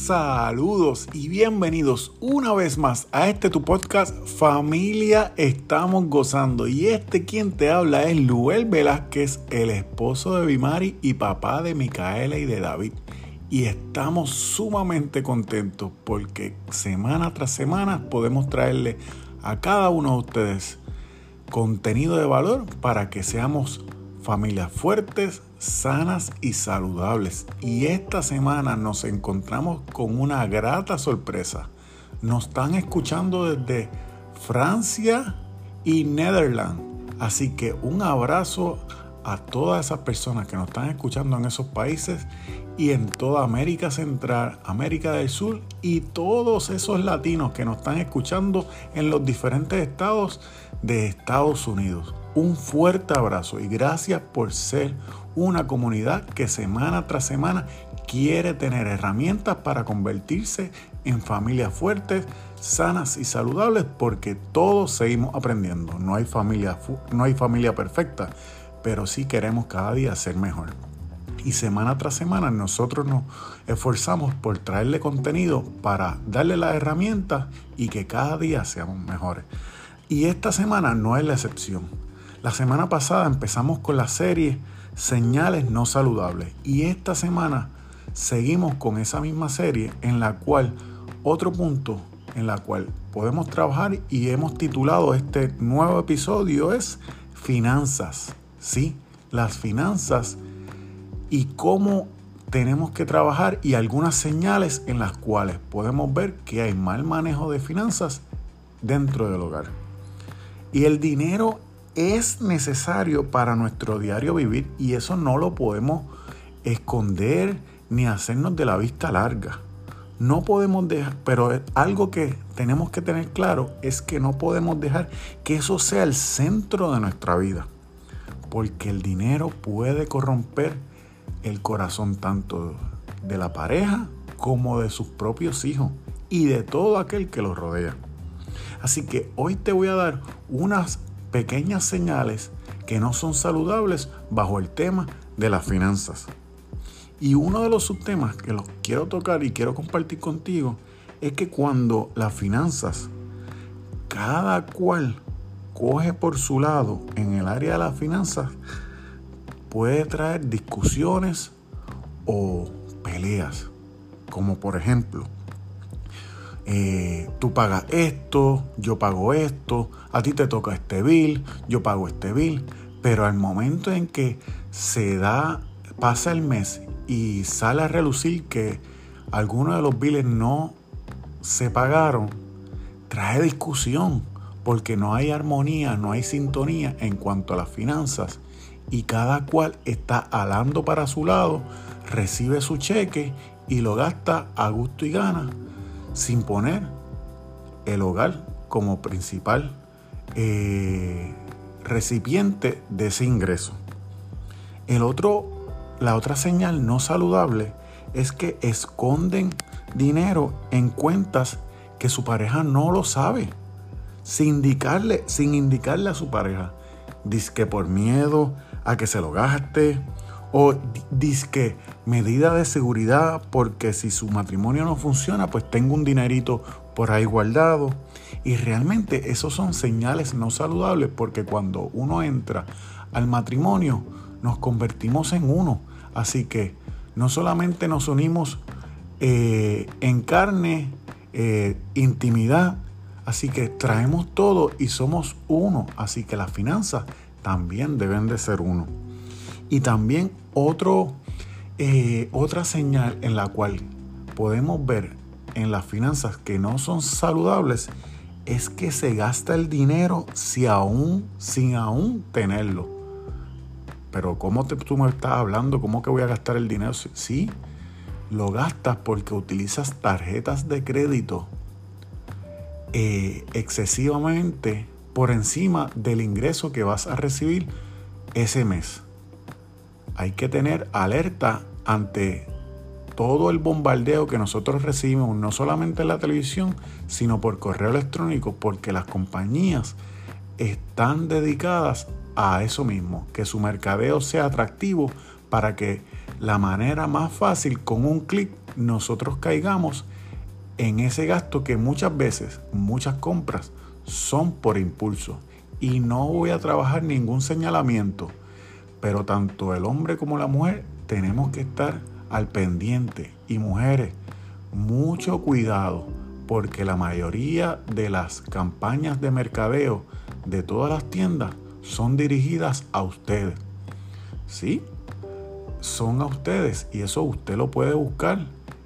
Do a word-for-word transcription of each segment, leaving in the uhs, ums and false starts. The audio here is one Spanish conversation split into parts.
Saludos y bienvenidos una vez más a este tu podcast Familia Estamos Gozando. Y este quien te habla es Luel Velázquez, el esposo de Bimari y papá de Micaela y de David. Y estamos sumamente contentos porque semana tras semana podemos traerle a cada uno de ustedes contenido de valor para que seamos familias fuertes, sanas y saludables. Y esta semana nos encontramos con una grata sorpresa. Nos están escuchando desde Francia y Netherlands. Así que un abrazo a todas esas personas que nos están escuchando en esos países y en toda América Central, América del Sur y todos esos latinos que nos están escuchando en los diferentes estados de Estados Unidos. Un fuerte abrazo y gracias por ser una comunidad que semana tras semana quiere tener herramientas para convertirse en familias fuertes, sanas y saludables, porque todos seguimos aprendiendo. No hay familia, no hay familia perfecta, pero sí queremos cada día ser mejor. Y semana tras semana nosotros nos esforzamos por traerle contenido para darle las herramientas y que cada día seamos mejores. Y esta semana no es la excepción. La semana pasada empezamos con la serie Señales no saludables y esta semana seguimos con esa misma serie en la cual otro punto en la cual podemos trabajar y hemos titulado este nuevo episodio es Finanzas. Sí, las finanzas y cómo tenemos que trabajar y algunas señales en las cuales podemos ver que hay mal manejo de finanzas dentro del hogar. Y el dinero es necesario para nuestro diario vivir y eso no lo podemos esconder ni hacernos de la vista larga. No podemos dejar, pero algo que tenemos que tener claro es que no podemos dejar que eso sea el centro de nuestra vida, porque el dinero puede corromper el corazón tanto de la pareja como de sus propios hijos y de todo aquel que los rodea. Así que hoy te voy a dar unas pequeñas señales que no son saludables bajo el tema de las finanzas. Y uno de los subtemas que los quiero tocar y quiero compartir contigo es que cuando las finanzas, cada cual coge por su lado en el área de las finanzas, puede traer discusiones o peleas. Como por ejemplo, Eh, tú pagas esto, yo pago esto, a ti te toca este bill, yo pago este bill, pero al momento en que se da, pasa el mes y sale a relucir que algunos de los billes no se pagaron, trae discusión porque no hay armonía, no hay sintonía en cuanto a las finanzas y cada cual está alando para su lado, recibe su cheque y lo gasta a gusto y gana, sin poner el hogar como principal eh, recipiente de ese ingreso. El otro, la otra señal no saludable es que esconden dinero en cuentas que su pareja no lo sabe, sin indicarle, sin indicarle a su pareja. Dice que por miedo a que se lo gaste, o dizque medida de seguridad porque si su matrimonio no funciona pues tengo un dinerito por ahí guardado. Y realmente esos son señales no saludables porque cuando uno entra al matrimonio nos convertimos en uno. Así que no solamente nos unimos eh, en carne, eh, intimidad, así que traemos todo y somos uno. Así que las finanzas también deben de ser uno. Y también otro, eh, otra señal en la cual podemos ver en las finanzas que no son saludables es que se gasta el dinero si aún, sin aún tenerlo. Pero ¿cómo te, tú me estás hablando? ¿Cómo que voy a gastar el dinero? Sí, lo gastas porque utilizas tarjetas de crédito eh, excesivamente por encima del ingreso que vas a recibir ese mes. Hay que tener alerta ante todo el bombardeo que nosotros recibimos, no solamente en la televisión, sino por correo electrónico, porque las compañías están dedicadas a eso mismo, que su mercadeo sea atractivo para que la manera más fácil, con un clic, nosotros caigamos en ese gasto que muchas veces, muchas compras son por impulso. Y no voy a trabajar ningún señalamiento, pero tanto el hombre como la mujer tenemos que estar al pendiente. Y mujeres, mucho cuidado, porque la mayoría de las campañas de mercadeo de todas las tiendas son dirigidas a ustedes. ¿Sí? Son a ustedes, y eso usted lo puede buscar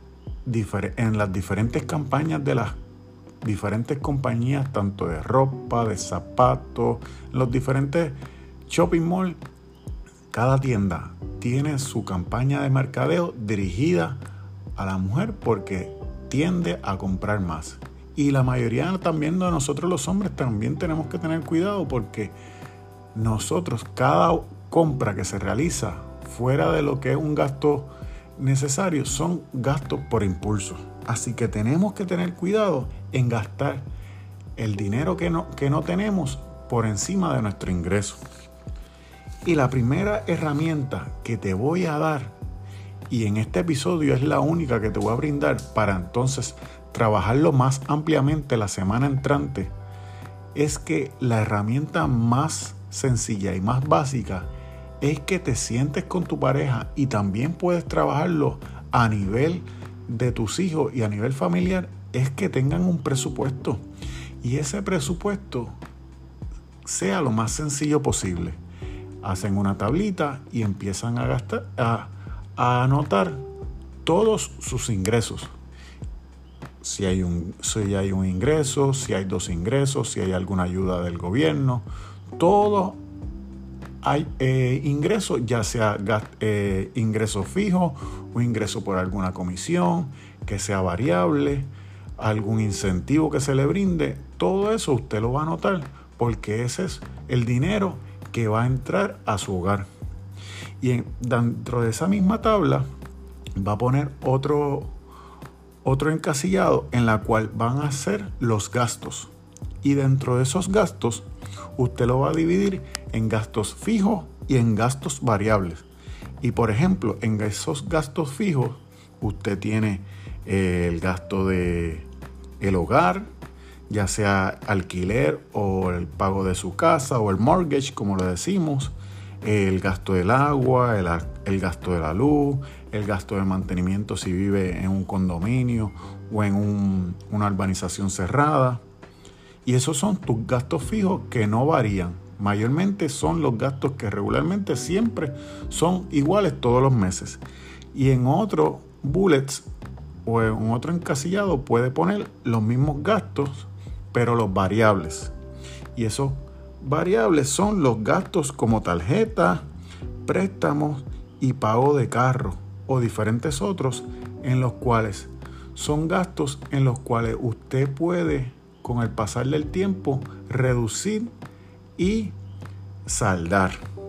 en las diferentes campañas de las diferentes compañías, tanto de ropa, de zapatos, los diferentes shopping malls. Cada tienda tiene su campaña de mercadeo dirigida a la mujer porque tiende a comprar más. Y la mayoría también de nosotros los hombres también tenemos que tener cuidado, porque nosotros, cada compra que se realiza fuera de lo que es un gasto necesario, son gastos por impulso. Así que tenemos que tener cuidado en gastar el dinero que no, que no tenemos por encima de nuestro ingreso. Y la primera herramienta que te voy a dar, y en este episodio es la única que te voy a brindar para entonces trabajarlo más ampliamente la semana entrante, es que la herramienta más sencilla y más básica es que te sientes con tu pareja, y también puedes trabajarlo a nivel de tus hijos y a nivel familiar, es que tengan un presupuesto, y ese presupuesto sea lo más sencillo posible. Hacen una tablita y empiezan a gastar, a, a anotar todos sus ingresos. Si hay un, si hay un ingreso, si hay dos ingresos, si hay alguna ayuda del gobierno, todo hay eh, ingresos, ya sea eh, ingreso fijo o ingreso por alguna comisión, que sea variable, algún incentivo que se le brinde. Todo eso usted lo va a anotar, porque ese es el dinero que va a entrar a su hogar. Y en, dentro de esa misma tabla va a poner otro, otro encasillado en la cual van a ser los gastos. Y dentro de esos gastos, usted lo va a dividir en gastos fijos y en gastos variables. Y por ejemplo, en esos gastos fijos, usted tiene eh, el gasto de el hogar, ya sea alquiler o el pago de su casa o el mortgage, como lo decimos, el gasto del agua, el, el gasto de la luz, el gasto de mantenimiento si vive en un condominio o en un, una urbanización cerrada. Y esos son tus gastos fijos que no varían. Mayormente son los gastos que regularmente siempre son iguales todos los meses. Y en otro bullets o en otro encasillado puede poner los mismos gastos, pero los variables. Y esos variables son los gastos como tarjeta, préstamos y pago de carro o diferentes otros, en los cuales son gastos en los cuales usted puede, con el pasar del tiempo, reducir y saldar.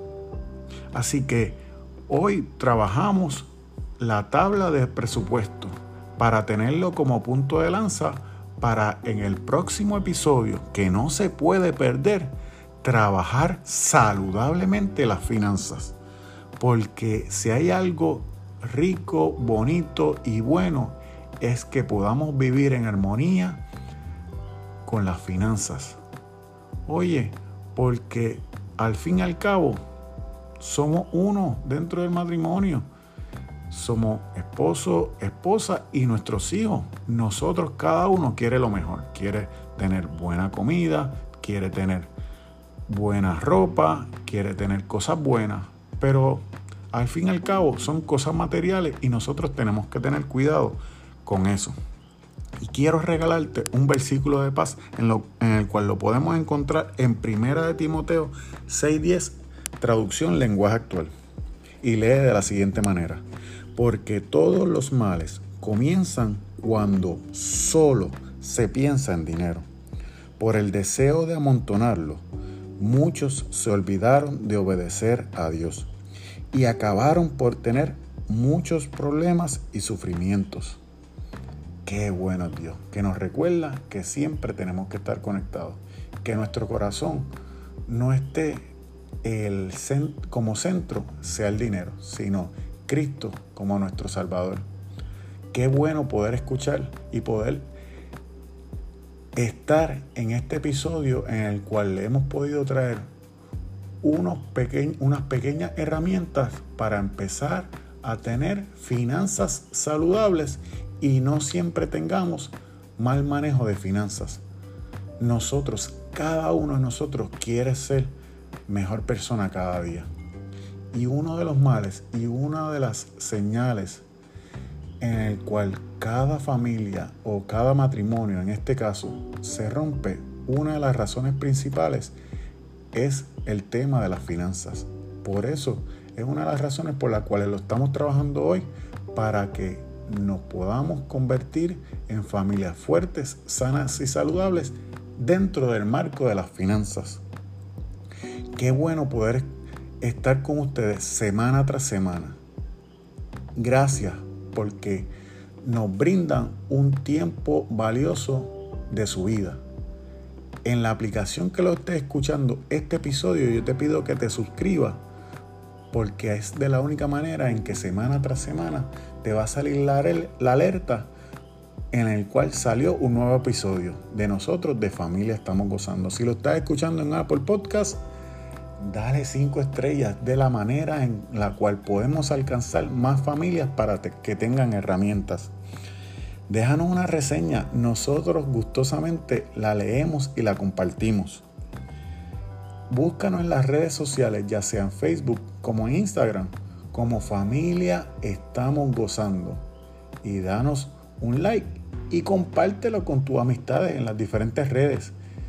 Así que hoy trabajamos la tabla de presupuesto para tenerlo como punto de lanza para en el próximo episodio, que no se puede perder, trabajar saludablemente las finanzas. Porque si hay algo rico, bonito y bueno, es que podamos vivir en armonía con las finanzas. Oye, porque al fin y al cabo somos uno dentro del matrimonio. Somos esposo, esposa y nuestros hijos. Nosotros, cada uno quiere lo mejor. Quiere tener buena comida, quiere tener buena ropa, quiere tener cosas buenas. Pero al fin y al cabo son cosas materiales y nosotros tenemos que tener cuidado con eso. Y quiero regalarte un versículo de paz en, lo, en el cual lo podemos encontrar en Primera de Timoteo seis diez, traducción lenguaje actual. Y lee de la siguiente manera: porque todos los males comienzan cuando solo se piensa en dinero. Por el deseo de amontonarlo, muchos se olvidaron de obedecer a Dios y acabaron por tener muchos problemas y sufrimientos. Qué bueno Dios, que nos recuerda que siempre tenemos que estar conectados, que nuestro corazón no esté el cent- como centro sea el dinero, sino Cristo como nuestro Salvador. Qué bueno poder escuchar y poder estar en este episodio en el cual le hemos podido traer unos peque- unas pequeñas herramientas para empezar a tener finanzas saludables y no siempre tengamos mal manejo de finanzas. Nosotros, cada uno de nosotros quiere ser mejor persona cada día. Y uno de los males y una de las señales en el cual cada familia o cada matrimonio, en este caso, se rompe, una de las razones principales es el tema de las finanzas. Por eso es una de las razones por las cuales lo estamos trabajando hoy, para que nos podamos convertir en familias fuertes, sanas y saludables dentro del marco de las finanzas. Qué bueno poder estar con ustedes semana tras semana. Gracias porque nos brindan un tiempo valioso de su vida. En la aplicación que lo estés escuchando este episodio, yo te pido que te suscribas, porque es de la única manera en que semana tras semana te va a salir la, la alerta en el cual salió un nuevo episodio de nosotros de Familia Estamos Gozando. Si lo estás escuchando en Apple Podcast, dale cinco estrellas, de la manera en la cual podemos alcanzar más familias para te, que tengan herramientas. Déjanos una reseña, nosotros gustosamente la leemos y la compartimos. Búscanos en las redes sociales, ya sea en Facebook como en Instagram, como Familia Estamos Gozando. Y danos un like y compártelo con tus amistades en las diferentes redes.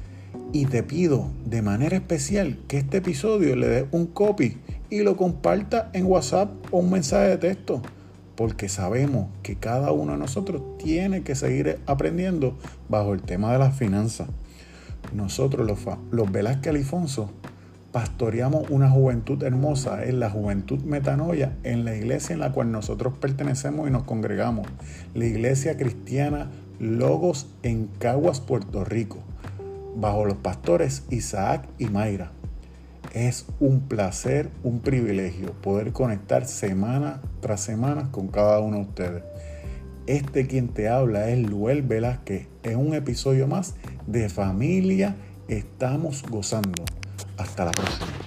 Y te pido de manera especial que este episodio le des un copy y lo comparta en WhatsApp o un mensaje de texto, porque sabemos que cada uno de nosotros tiene que seguir aprendiendo bajo el tema de las finanzas. Nosotros, los, los Velázquez Alifonso, pastoreamos una juventud hermosa, es la Juventud Metanoia, en la iglesia en la cual nosotros pertenecemos y nos congregamos, la Iglesia Cristiana Logos en Caguas, Puerto Rico, bajo los pastores Isaac y Mayra. Es un placer, un privilegio poder conectar semana tras semana con cada uno de ustedes. Este quien te habla es Luel Velázquez, en un episodio más de Familia Estamos Gozando. Hasta la próxima.